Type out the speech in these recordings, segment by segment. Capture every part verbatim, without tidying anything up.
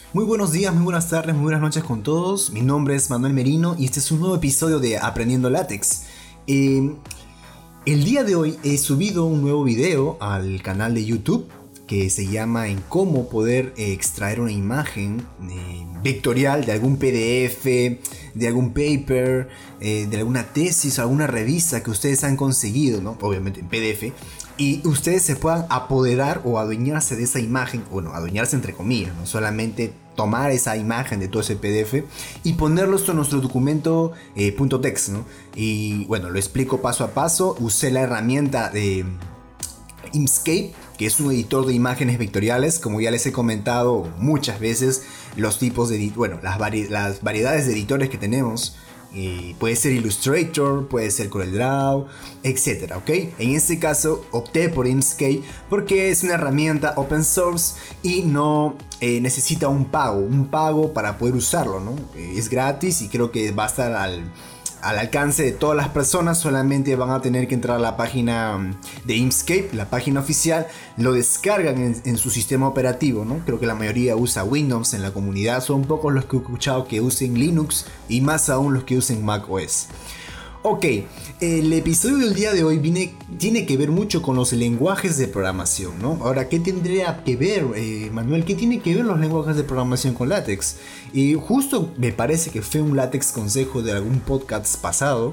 Muy buenos días, muy buenas tardes, muy buenas noches con todos. Mi nombre es Manuel Merino y este es un nuevo episodio de Aprendiendo Látex. Eh, el día de hoy he subido un nuevo video al canal de YouTube que se llama en cómo poder eh, extraer una imagen eh, vectorial de algún P D F, de algún paper, eh, de alguna tesis o alguna revista que ustedes han conseguido, ¿no? Obviamente en P D F. Y ustedes se puedan apoderar o adueñarse de esa imagen, bueno, adueñarse entre comillas, no solamente tomar esa imagen de todo ese P D F y ponerlo esto en nuestro documento eh, .text, ¿no? Y bueno, lo explico paso a paso. Usé la herramienta de Inkscape, que es un editor de imágenes vectoriales. Como ya les he comentado muchas veces, los tipos de, bueno, las, vari las variedades de editores que tenemos. Y puede ser Illustrator, puede ser CorelDRAW, etcétera, ¿ok? En este caso opté por Inkscape porque es una herramienta open source y no eh, necesita un pago, un pago para poder usarlo, ¿no? Eh, es gratis y creo que va a estar al, al alcance de todas las personas. Solamente van a tener que entrar a la página de Inkscape, la página oficial, lo descargan en, en su sistema operativo, ¿no? Creo que la mayoría usa Windows en la comunidad, son pocos los que he escuchado que usen Linux y más aún los que usen macOS. Ok, el episodio del día de hoy viene, tiene que ver mucho con los lenguajes de programación, ¿no? Ahora, ¿qué tendría que ver, eh, Manuel? ¿Qué tiene que ver los lenguajes de programación con látex? Y justo me parece que fue un látex consejo de algún podcast pasado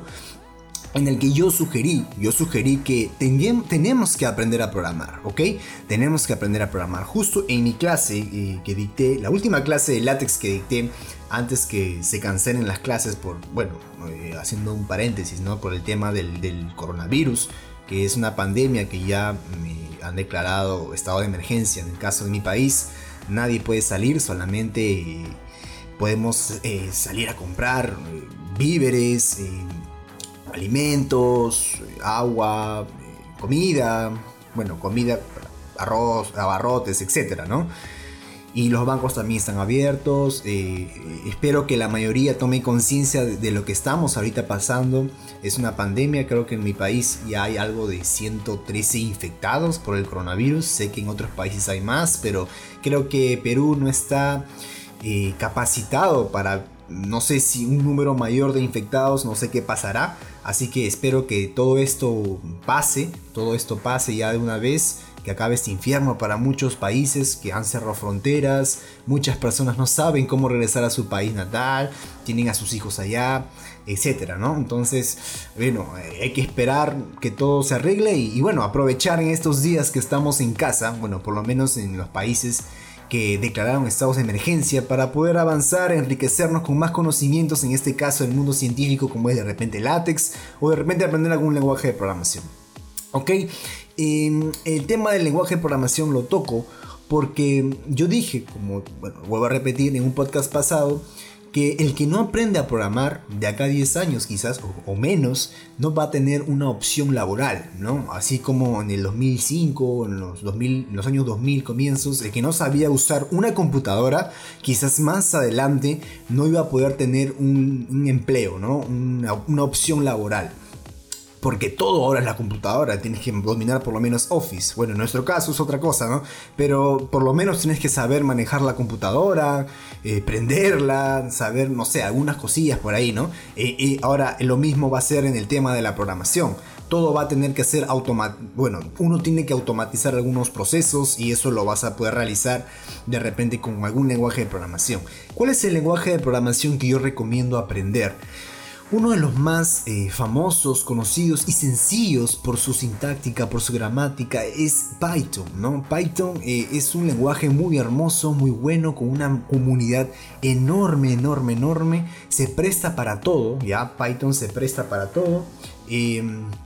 en el que yo sugerí, yo sugerí que tenemos que aprender a programar, ¿ok? Tenemos que aprender a programar. Justo en mi clase eh, que dicté, la última clase de látex que dicté, antes que se cancelen las clases por, bueno, eh, haciendo un paréntesis, ¿no? Por el tema del, del coronavirus, que es una pandemia que ya me han declarado estado de emergencia. En el caso de mi país, nadie puede salir, solamente eh, podemos eh, salir a comprar eh, víveres, eh, alimentos, agua, eh, comida, bueno, comida, arroz, abarrotes, etcétera, ¿no? Y los bancos también están abiertos. Eh, espero que la mayoría tome conciencia de, de lo que estamos ahorita pasando. Es una pandemia, creo que en mi país ya hay algo de ciento trece infectados por el coronavirus. Sé que en otros países hay más, pero creo que Perú no está eh, capacitado para, no sé si un número mayor de infectados, no sé qué pasará. Así que espero que todo esto pase, todo esto pase ya de una vez, que acabe este infierno para muchos países que han cerrado fronteras. Muchas personas no saben cómo regresar a su país natal, tienen a sus hijos allá, etcétera, ¿no? Entonces, bueno, hay que esperar que todo se arregle y, y bueno, aprovechar en estos días que estamos en casa, bueno, por lo menos en los países que declararon estados de emergencia, para poder avanzar, enriquecernos con más conocimientos, en este caso el mundo científico, como es de repente látex, o de repente aprender algún lenguaje de programación. Ok, eh, el tema del lenguaje de programación lo toco porque yo dije, como bueno, vuelvo a repetir en un podcast pasado, que el que no aprende a programar de acá a diez años quizás o, o menos no va a tener una opción laboral, ¿no? Así como en el dos mil cinco, en los, dos mil, en los años dos mil comienzos, el que no sabía usar una computadora quizás más adelante no iba a poder tener un, un empleo, ¿no? Una, una opción laboral. Porque todo ahora es la computadora, tienes que dominar por lo menos Office. Bueno, en nuestro caso es otra cosa, ¿no? Pero por lo menos tienes que saber manejar la computadora, eh, prenderla, saber, no sé, algunas cosillas por ahí, ¿no? Eh, y ahora lo mismo va a ser en el tema de la programación. Todo va a tener que ser automatizado. Bueno, uno tiene que automatizar algunos procesos y eso lo vas a poder realizar de repente con algún lenguaje de programación. ¿Cuál es el lenguaje de programación que yo recomiendo aprender? Uno de los más eh, famosos, conocidos y sencillos por su sintáctica, por su gramática, es Python, ¿no? Python eh, es un lenguaje muy hermoso, muy bueno, con una comunidad enorme, enorme, enorme. Se presta para todo, ¿ya? Python se presta para todo. Eh,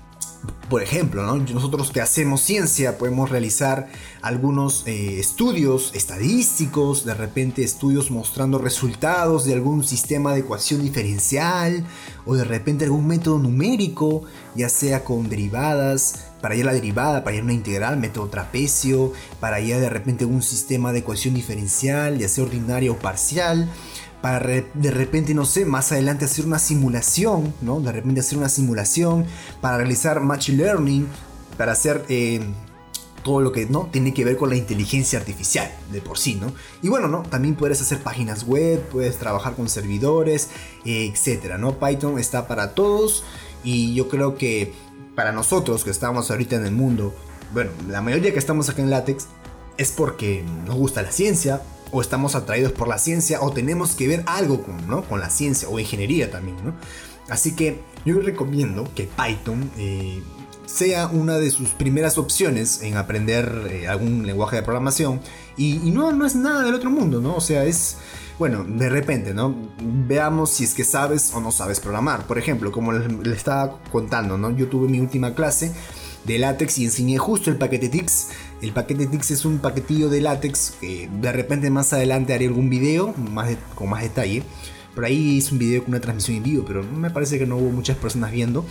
Por ejemplo, ¿no? Nosotros que hacemos ciencia podemos realizar algunos eh, estudios estadísticos, de repente estudios mostrando resultados de algún sistema de ecuación diferencial o de repente algún método numérico, ya sea con derivadas, para hallar la derivada, para hallar una integral, método trapecio, para hallar de repente un sistema de ecuación diferencial, ya sea ordinaria o parcial. Para re, de repente, no sé, más adelante hacer una simulación, ¿no? De repente hacer una simulación para realizar machine learning, para hacer eh, todo lo que no tiene que ver con la inteligencia artificial de por sí, ¿no? Y bueno, ¿no? También puedes hacer páginas web, puedes trabajar con servidores, eh, etcétera, ¿no? Python está para todos y yo creo que para nosotros que estamos ahorita en el mundo, bueno, la mayoría que estamos acá en LaTeX es porque nos gusta la ciencia o estamos atraídos por la ciencia o tenemos que ver algo con, ¿no? con la ciencia o ingeniería también, ¿no? Así que yo recomiendo que Python eh, sea una de sus primeras opciones en aprender eh, algún lenguaje de programación y, y no, no es nada del otro mundo, ¿no? O sea, es, bueno, de repente, ¿no? Veamos si es que sabes o no sabes programar. Por ejemplo, como les, les estaba contando, ¿no? Yo tuve mi última clase de LaTeX y enseñé justo el paquete Tix. El paquete Tix es un paquetillo de LaTeX que de repente más adelante haré algún video más de, con más detalle. Por ahí hice un video con una transmisión en vivo, pero me parece que no hubo muchas personas viendo.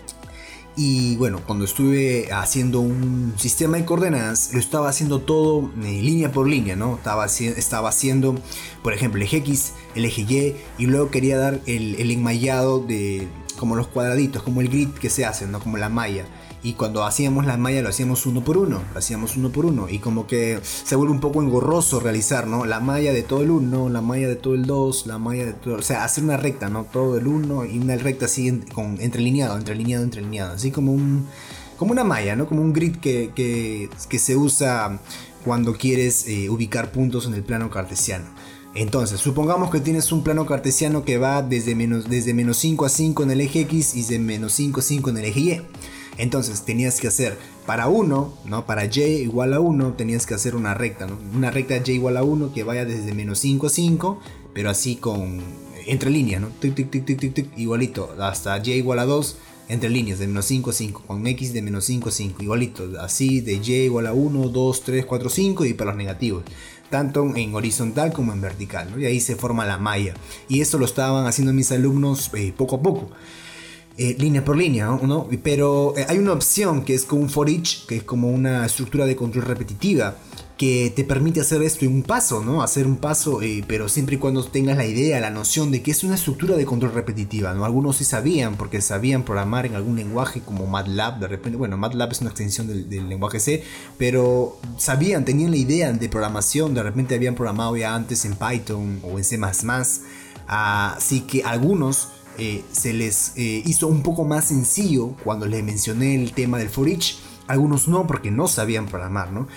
Y bueno, cuando estuve haciendo un sistema de coordenadas, lo estaba haciendo todo eh, línea por línea, ¿no? Estaba, estaba haciendo, por ejemplo, el eje X, el eje Y, y luego quería dar el, el enmayado de como los cuadraditos, como el grid que se hace, ¿no? Como la malla. Y cuando hacíamos la malla lo hacíamos uno por uno, lo hacíamos uno por uno. Y como que se vuelve un poco engorroso realizar, ¿no? La malla de todo el uno, la malla de todo el dos, la malla de todo... O sea, hacer una recta, ¿no? Todo el uno y una recta así en, con, entrelineado, entrelineado, entrelineado. Así como un... Como una malla, ¿no? Como un grid que, que, que se usa cuando quieres eh, ubicar puntos en el plano cartesiano. Entonces, supongamos que tienes un plano cartesiano que va desde menos, desde menos cinco a cinco en el eje X y de menos cinco a cinco en el eje Y. Entonces tenías que hacer para uno, ¿no? Para y igual a uno, tenías que hacer una recta, ¿no? Una recta y igual a uno que vaya desde menos cinco a cinco, pero así con entre líneas, ¿no? Tic, tic, tic, tic, tic, tic, igualito, hasta y igual a dos, entre líneas, de menos cinco a cinco, con x de menos cinco a cinco, igualito, así de y igual a uno, dos, tres, cuatro, cinco y para los negativos. Tanto en horizontal como en vertical, ¿no? Y ahí se forma la malla. Y esto lo estaban haciendo mis alumnos eh, poco a poco. Eh, línea por línea, ¿no? Pero eh, hay una opción que es como un for each, que es como una estructura de control repetitiva que te permite hacer esto en un paso, ¿no? Hacer un paso, eh, pero siempre y cuando tengas la idea, la noción de que es una estructura de control repetitiva, ¿no? Algunos sí sabían, porque sabían programar en algún lenguaje como MATLAB, de repente, bueno, MATLAB es una extensión del, del lenguaje C, pero sabían, tenían la idea de programación, de repente habían programado ya antes en Python o en C más más, así que algunos... Eh, se les eh, hizo un poco más sencillo cuando les mencioné el tema del for each. Algunos no, porque no sabían programar, ¿no?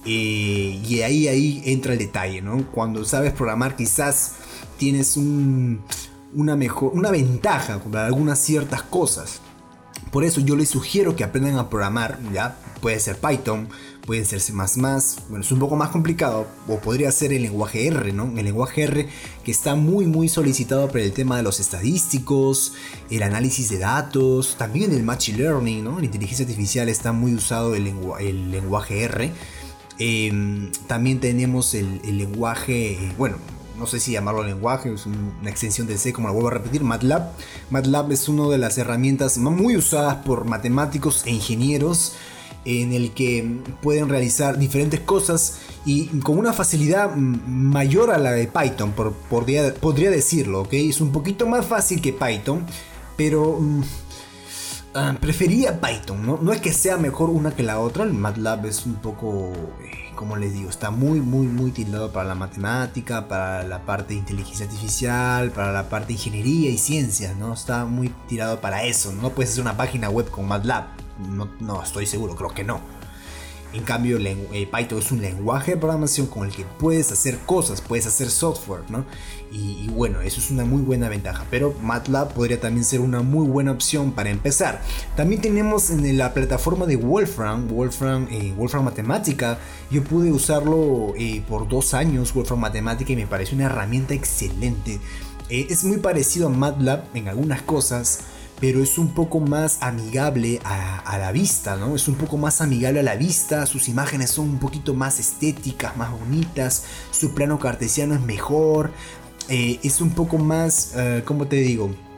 Eh, y ahí, ahí entra el detalle, ¿no? Cuando sabes programar quizás tienes un, una, mejor, una ventaja para algunas ciertas cosas. Por eso yo les sugiero que aprendan a programar, ¿ya? Puede ser Python, puede ser C más más, bueno, es un poco más complicado, o podría ser el lenguaje R, ¿no? El lenguaje R que está muy muy solicitado por el tema de los estadísticos, el análisis de datos, también el machine learning, ¿no? La inteligencia artificial está muy usado el, lengu el lenguaje R. Eh, también tenemos el, el lenguaje, eh, bueno, no sé si llamarlo lenguaje, es una extensión de C, como lo vuelvo a repetir, MATLAB. MATLAB es una de las herramientas muy usadas por matemáticos e ingenieros, en el que pueden realizar diferentes cosas y con una facilidad mayor a la de Python, por, podría, podría decirlo, ¿ok? Es un poquito más fácil que Python, pero um, uh, prefería Python, ¿no? No es que sea mejor una que la otra, el MATLAB es un poco... Eh, como les digo, está muy muy muy tildado para la matemática, para la parte de inteligencia artificial, para la parte de ingeniería y ciencias, ¿no? Está muy tirado para eso. No puedes hacer una página web con MATLAB, no, no estoy seguro, creo que no. En cambio, eh, Python es un lenguaje de programación con el que puedes hacer cosas, puedes hacer software, ¿no? Y, y bueno, eso es una muy buena ventaja. Pero MATLAB podría también ser una muy buena opción para empezar. También tenemos en la plataforma de Wolfram, Wolfram, eh, Wolfram Matemática. Yo pude usarlo eh, por dos años, Wolfram Matemática, y me pareció una herramienta excelente. Eh, es muy parecido a MATLAB en algunas cosas, pero es un poco más amigable a, a la vista, ¿no? Es un poco más amigable a la vista, sus imágenes son un poquito más estéticas, más bonitas, su plano cartesiano es mejor, eh, es un poco más, uh, ¿cómo te digo?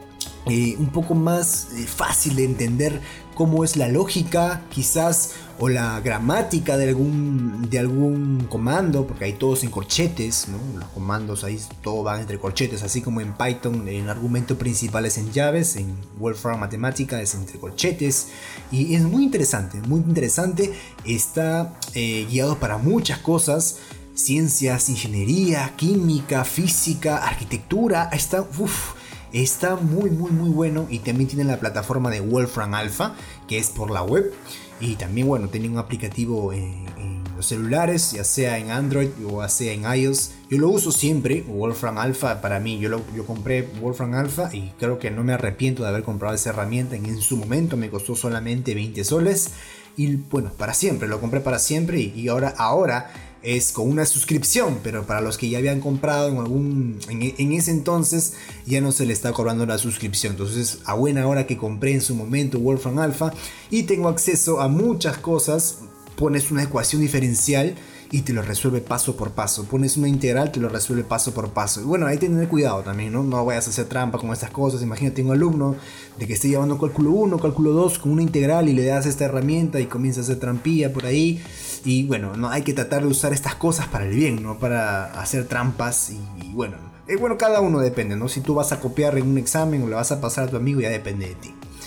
eh, un poco más eh, fácil de entender cómo es la lógica, quizás, o la gramática de algún, de algún comando, porque hay todos en corchetes, ¿no? Los comandos ahí todo van entre corchetes, así como en Python el argumento principal es en llaves, en Wolfram Matemática es entre corchetes, y es muy interesante, muy interesante, está eh, guiado para muchas cosas, ciencias, ingeniería, química, física, arquitectura, está, uff, está muy muy muy bueno, y también tiene la plataforma de Wolfram Alpha, que es por la web, y también bueno, tiene un aplicativo en, en los celulares, ya sea en Android o ya sea en iOS. Yo lo uso siempre, Wolfram Alpha para mí, yo, lo, yo compré Wolfram Alpha y creo que no me arrepiento de haber comprado esa herramienta. En, en su momento me costó solamente veinte soles y bueno, para siempre, lo compré para siempre, y, y ahora, ahora es con una suscripción, pero para los que ya habían comprado en algún en, en ese entonces ya no se le está cobrando la suscripción. Entonces a buena hora que compré en su momento Wolfram Alpha y tengo acceso a muchas cosas. Pones una ecuación diferencial y te lo resuelve paso por paso. Pones una integral, te lo resuelve paso por paso. Y bueno, hay que tener cuidado también, ¿no? No vayas a hacer trampa con estas cosas. Imagínate un alumno de que esté llevando cálculo uno, cálculo dos con una integral y le das esta herramienta y comienza a hacer trampilla por ahí. Y bueno, no hay que tratar de usar estas cosas para el bien, no para hacer trampas. Y, y bueno, eh, bueno, cada uno depende, ¿no? Si tú vas a copiar en un examen o le vas a pasar a tu amigo, ya depende de ti.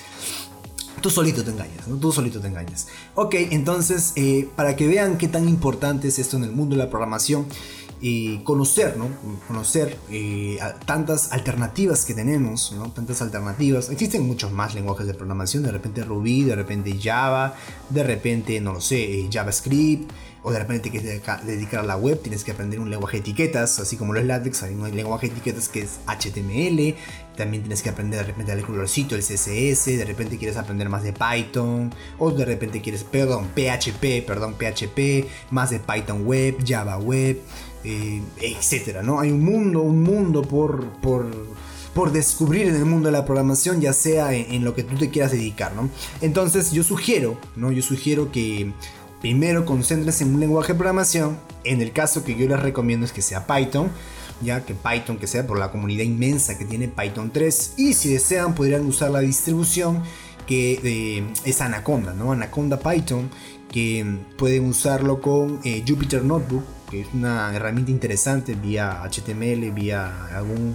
Tú solito te engañas, ¿no? Tú solito te engañas. Ok, entonces, eh, para que vean qué tan importante es esto en el mundo de la programación, eh, conocer, ¿no? Conocer eh, tantas alternativas que tenemos, ¿no? Tantas alternativas. Existen muchos más lenguajes de programación, de repente Ruby, de repente Java, de repente, no lo sé, eh, JavaScript, o de repente que te dedicar a la web, tienes que aprender un lenguaje de etiquetas, así como lo es LaTeX, hay un lenguaje de etiquetas que es H T M L, también tienes que aprender de repente el colorcito, el C S S, de repente quieres aprender más de Python, o de repente quieres, perdón, P H P, perdón, P H P, más de Python Web, Java Web, eh, etcétera, ¿no? Hay un mundo, un mundo por, por, por descubrir en el mundo de la programación, ya sea en, en lo que tú te quieras dedicar, ¿no? Entonces yo sugiero, ¿no? Yo sugiero que primero concéntrense en un lenguaje de programación. En el caso que yo les recomiendo es que sea Python, ya que Python que sea por la comunidad inmensa que tiene Python tres, y si desean podrían usar la distribución que eh, es Anaconda, ¿no? Anaconda Python, que pueden usarlo con eh, Jupyter Notebook, que es una herramienta interesante vía H T M L, vía algún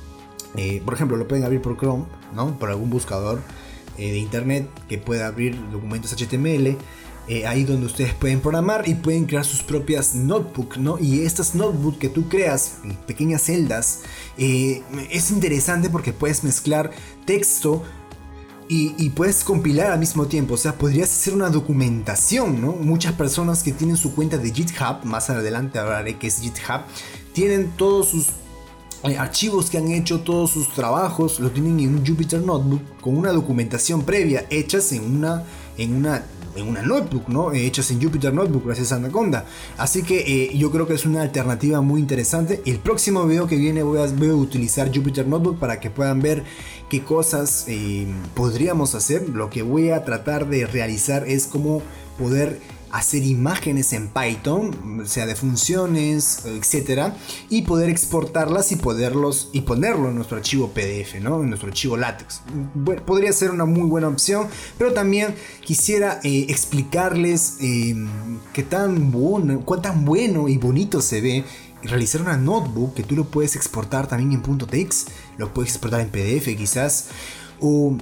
eh, por ejemplo lo pueden abrir por Chrome, ¿no? Por algún buscador eh, de internet que pueda abrir documentos H T M L. Eh, ahí donde ustedes pueden programar y pueden crear sus propias notebooks, ¿no? Y estas notebooks que tú creas, pequeñas celdas, eh, es interesante porque puedes mezclar texto y, y puedes compilar al mismo tiempo. O sea, podrías hacer una documentación, ¿no? Muchas personas que tienen su cuenta de GitHub, más adelante hablaré que es GitHub, tienen todos sus eh, archivos que han hecho, todos sus trabajos, lo tienen en un Jupyter Notebook con una documentación previa hechas en una, en una en una notebook, ¿no? Hechas en Jupyter Notebook gracias a Anaconda. Así que eh, yo creo que es una alternativa muy interesante. El próximo video que viene voy a, voy a utilizar Jupyter Notebook para que puedan ver qué cosas eh, podríamos hacer. Lo que voy a tratar de realizar es cómo poder hacer imágenes en Python, sea de funciones, etcétera, y poder exportarlas y poderlos y ponerlo en nuestro archivo P D F, ¿no? En nuestro archivo LaTeX. Bueno, podría ser una muy buena opción, pero también quisiera eh, explicarles eh, qué tan bueno, cuán tan bueno y bonito se ve realizar una notebook que tú lo puedes exportar también en .tex, lo puedes exportar en P D F quizás, o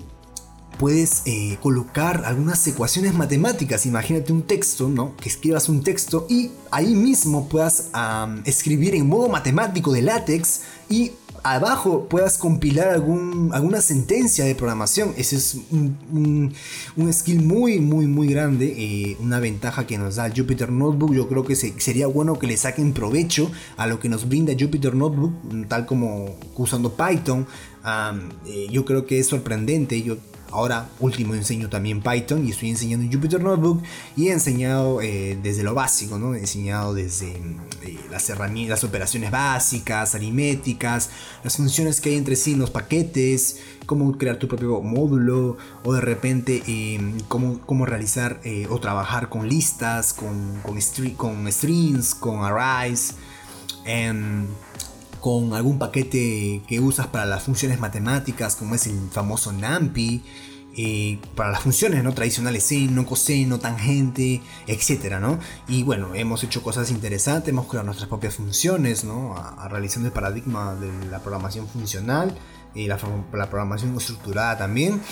puedes eh, colocar algunas ecuaciones matemáticas. Imagínate un texto, ¿no? Que escribas un texto y ahí mismo puedas um, escribir en modo matemático de LaTeX y abajo puedas compilar algún, alguna sentencia de programación. Ese es un, un, un skill muy muy muy grande, eh, una ventaja que nos da Jupyter Notebook. Yo creo que se, sería bueno que le saquen provecho a lo que nos brinda Jupyter Notebook, tal como usando Python. Um, eh, yo creo que es sorprendente. Yo ahora último enseño también Python y estoy enseñando en Jupyter Notebook y he enseñado eh, desde lo básico, ¿no? He enseñado desde eh, las herramientas, las operaciones básicas, aritméticas, las funciones que hay entre sí en los paquetes, cómo crear tu propio módulo, o de repente eh, cómo, cómo realizar eh, o trabajar con listas, con, con, stri con strings, con arrays. Um, con algún paquete que usas para las funciones matemáticas, como es el famoso NumPy, eh, para las funciones no tradicionales, seno, coseno, tangente, etcétera, ¿no? Y bueno, hemos hecho cosas interesantes, hemos creado nuestras propias funciones, ¿no? A, a realizando el paradigma de la programación funcional, y la, la programación estructurada también.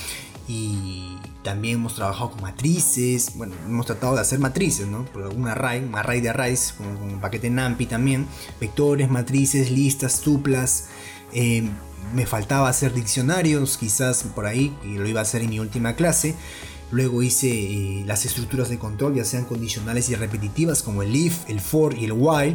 Y también hemos trabajado con matrices. Bueno, hemos tratado de hacer matrices, ¿no? Por un array, un array de arrays, con, con un paquete NumPy también. Vectores, matrices, listas, tuplas. Eh, me faltaba hacer diccionarios, quizás por ahí, y lo iba a hacer en mi última clase. Luego hice eh, las estructuras de control, ya sean condicionales y repetitivas, como el if, el for y el while.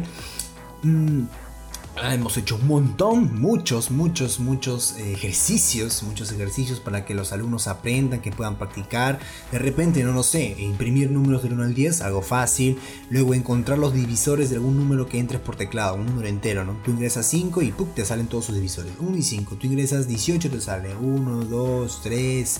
Mm. Ah, hemos hecho un montón, muchos, muchos, muchos ejercicios, muchos ejercicios para que los alumnos aprendan, que puedan practicar. De repente, no lo sé, imprimir números del uno al diez, algo fácil. Luego encontrar los divisores de algún número que entres por teclado, un número entero, ¿no? Tú ingresas cinco y ¡pum!, te salen todos sus divisores, uno y cinco. Tú ingresas dieciocho, te sale uno, dos, tres,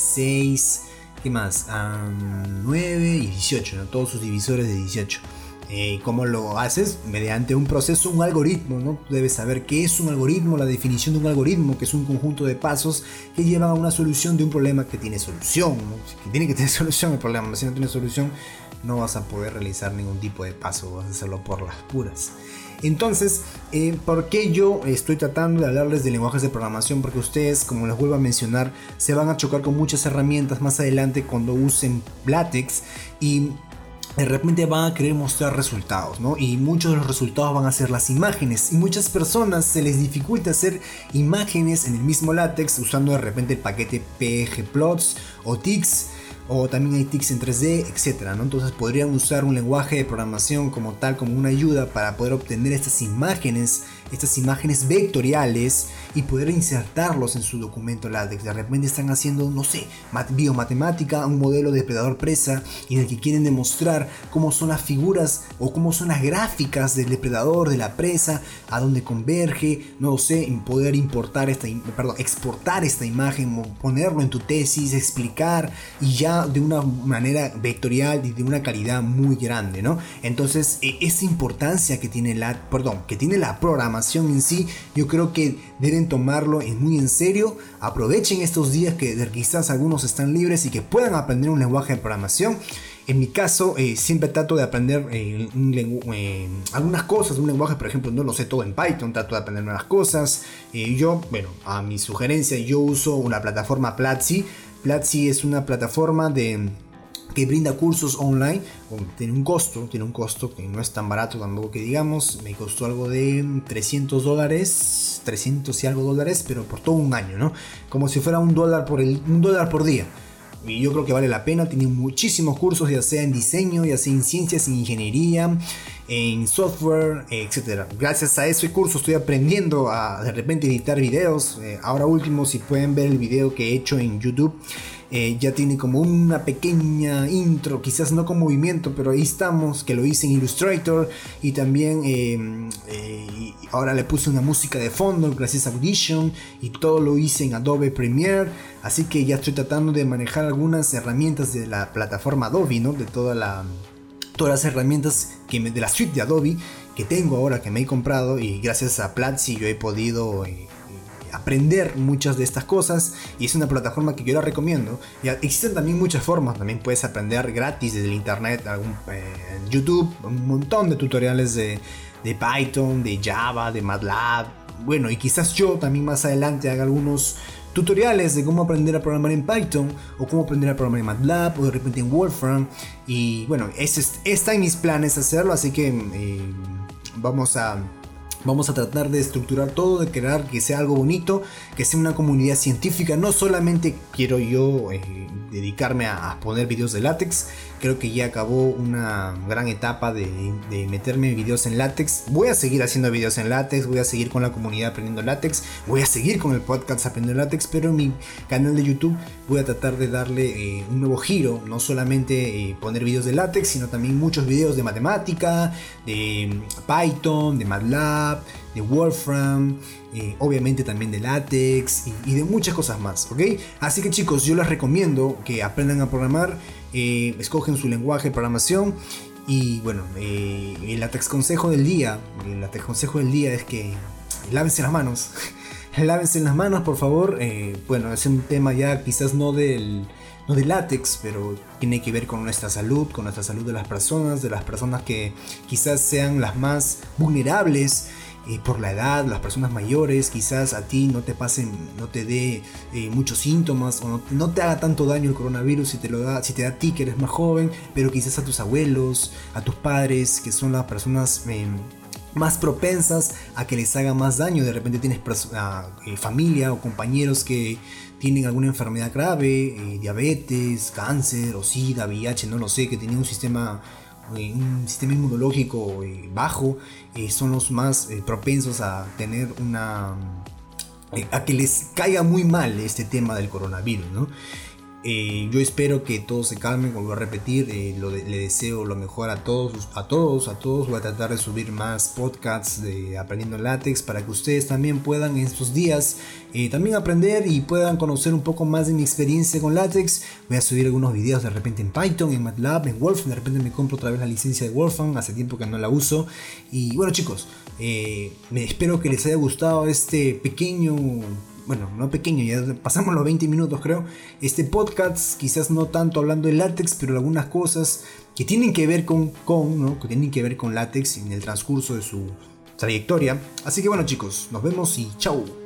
seis, ¿qué más? Um, nueve y dieciocho, ¿no? Todos sus divisores de dieciocho. Eh, ¿Cómo lo haces? Mediante un proceso, un algoritmo, ¿no? Tú debes saber qué es un algoritmo, la definición de un algoritmo, que es un conjunto de pasos que llevan a una solución de un problema que tiene solución, ¿no? Que tiene que tener solución el problema. Si no tiene solución, no vas a poder realizar ningún tipo de paso, vas a hacerlo por las puras. Entonces, eh, ¿por qué yo estoy tratando de hablarles de lenguajes de programación? Porque ustedes, como les vuelvo a mencionar, se van a chocar con muchas herramientas más adelante cuando usen LaTeX, y de repente van a querer mostrar resultados, ¿no? Y muchos de los resultados van a ser las imágenes, y muchas personas se les dificulta hacer imágenes en el mismo LaTeX usando de repente el paquete pgplots o tics, o también hay tics en tres D, etcétera, ¿no? Entonces podrían usar un lenguaje de programación como tal, como una ayuda para poder obtener estas imágenes, estas imágenes vectoriales, y poder insertarlos en su documento LaTeX. De repente están haciendo, no sé, biomatemática, un modelo de depredador presa, y en el que quieren demostrar cómo son las figuras o cómo son las gráficas del depredador, de la presa, a dónde converge, no lo sé, y poder importar esta, perdón, exportar esta imagen, ponerlo en tu tesis, explicar, y ya de una manera vectorial y de una calidad muy grande, ¿no? Entonces, esa importancia que tiene la, perdón, que tiene la programación en sí, yo creo que deben tomarlo en muy en serio. Aprovechen estos días que quizás algunos están libres y que puedan aprender un lenguaje de programación. En mi caso, eh, siempre trato de aprender eh, un eh, algunas cosas, un lenguaje, por ejemplo, no lo sé todo en Python, trato de aprender nuevas cosas. Eh, yo, bueno, a mi sugerencia, yo uso una plataforma Platzi. Platzi es una plataforma de, que brinda cursos online. Tiene un costo, tiene un costo que no es tan barato tampoco que digamos. Me costó algo de trescientos dólares, trescientos y algo dólares, pero por todo un año, ¿no? Como si fuera un dólar por, el, un dólar por día. Y yo creo que vale la pena. Tiene muchísimos cursos, ya sea en diseño, ya sea en ciencias, en ingeniería, en software, etcétera. Gracias a ese curso estoy aprendiendo a de repente editar videos. Eh, ahora último, si pueden ver el video que he hecho en YouTube, eh, ya tiene como una pequeña intro, quizás no con movimiento, pero ahí estamos, que lo hice en Illustrator. Y también eh, eh, ahora le puse una música de fondo gracias a Audition, y todo lo hice en Adobe Premiere. Así que ya estoy tratando de manejar algunas herramientas de la plataforma Adobe, ¿no? De toda la, todas las herramientas que me, de la suite de Adobe que tengo ahora, que me he comprado, y gracias a Platzi yo he podido eh, aprender muchas de estas cosas, y es una plataforma que yo la recomiendo. Y existen también muchas formas, también puedes aprender gratis desde el internet, algún, eh, en YouTube, un montón de tutoriales de, de Python, de Java, de MATLAB. Bueno, y quizás yo también más adelante haga algunos tutoriales de cómo aprender a programar en Python, o cómo aprender a programar en MATLAB, o de repente en Wolfram. Y bueno, ese es, está en mis planes hacerlo, así que eh, vamos a Vamos a tratar de estructurar todo, de crear que sea algo bonito, que sea una comunidad científica. No solamente quiero yo eh, dedicarme a, a poner videos de LaTeX. Creo que ya acabó una gran etapa de, de meterme en videos en LaTeX. Voy a seguir haciendo videos en LaTeX, voy a seguir con la comunidad aprendiendo LaTeX, voy a seguir con el podcast aprendiendo LaTeX, pero en mi canal de YouTube voy a tratar de darle eh, un nuevo giro. No solamente eh, poner videos de LaTeX, sino también muchos videos de matemática, de Python, de MATLAB, de Wolfram, eh, obviamente también de LaTeX, y, y de muchas cosas más, ¿ok? Así que chicos, yo les recomiendo que aprendan a programar, eh, escogen su lenguaje de programación. Y bueno, eh, el LaTeX consejo del día, el LaTeX consejo del día es que lávense las manos. Lávense las manos, por favor. Eh, bueno, es un tema ya quizás no del, no del látex, pero tiene que ver con nuestra salud, con nuestra salud de las personas, de las personas que quizás sean las más vulnerables eh, por la edad, las personas mayores. Quizás a ti no te pasen, no te dé eh, muchos síntomas o no, no te haga tanto daño el coronavirus si te lo da, si te da a ti que eres más joven, pero quizás a tus abuelos, a tus padres, que son las personas eh, más propensas a que les haga más daño. De repente tienes uh, familia o compañeros que tienen alguna enfermedad grave, eh, diabetes, cáncer o sida, V I H, no lo sé, que tienen un sistema, eh, un sistema inmunológico eh, bajo, eh, son los más eh, propensos a tener una... Eh, a que les caiga muy mal este tema del coronavirus, ¿no? Eh, yo espero que todos se calmen, vuelvo a repetir, eh, lo de, le deseo lo mejor a todos, a todos, a todos. Voy a tratar de subir más podcasts de Aprendiendo Látex para que ustedes también puedan en estos días eh, también aprender y puedan conocer un poco más de mi experiencia con látex. Voy a subir algunos videos de repente en Python, en MATLAB, en Wolfram. De repente me compro otra vez la licencia de Wolfram, hace tiempo que no la uso. Y bueno, chicos, eh, me espero que les haya gustado este pequeño... Bueno, no pequeño, ya pasamos los veinte minutos creo. Este podcast quizás no tanto hablando de látex, pero algunas cosas que tienen que ver con, con ¿no? que tienen que ver con látex en el transcurso de su trayectoria. Así que bueno chicos, nos vemos y chao.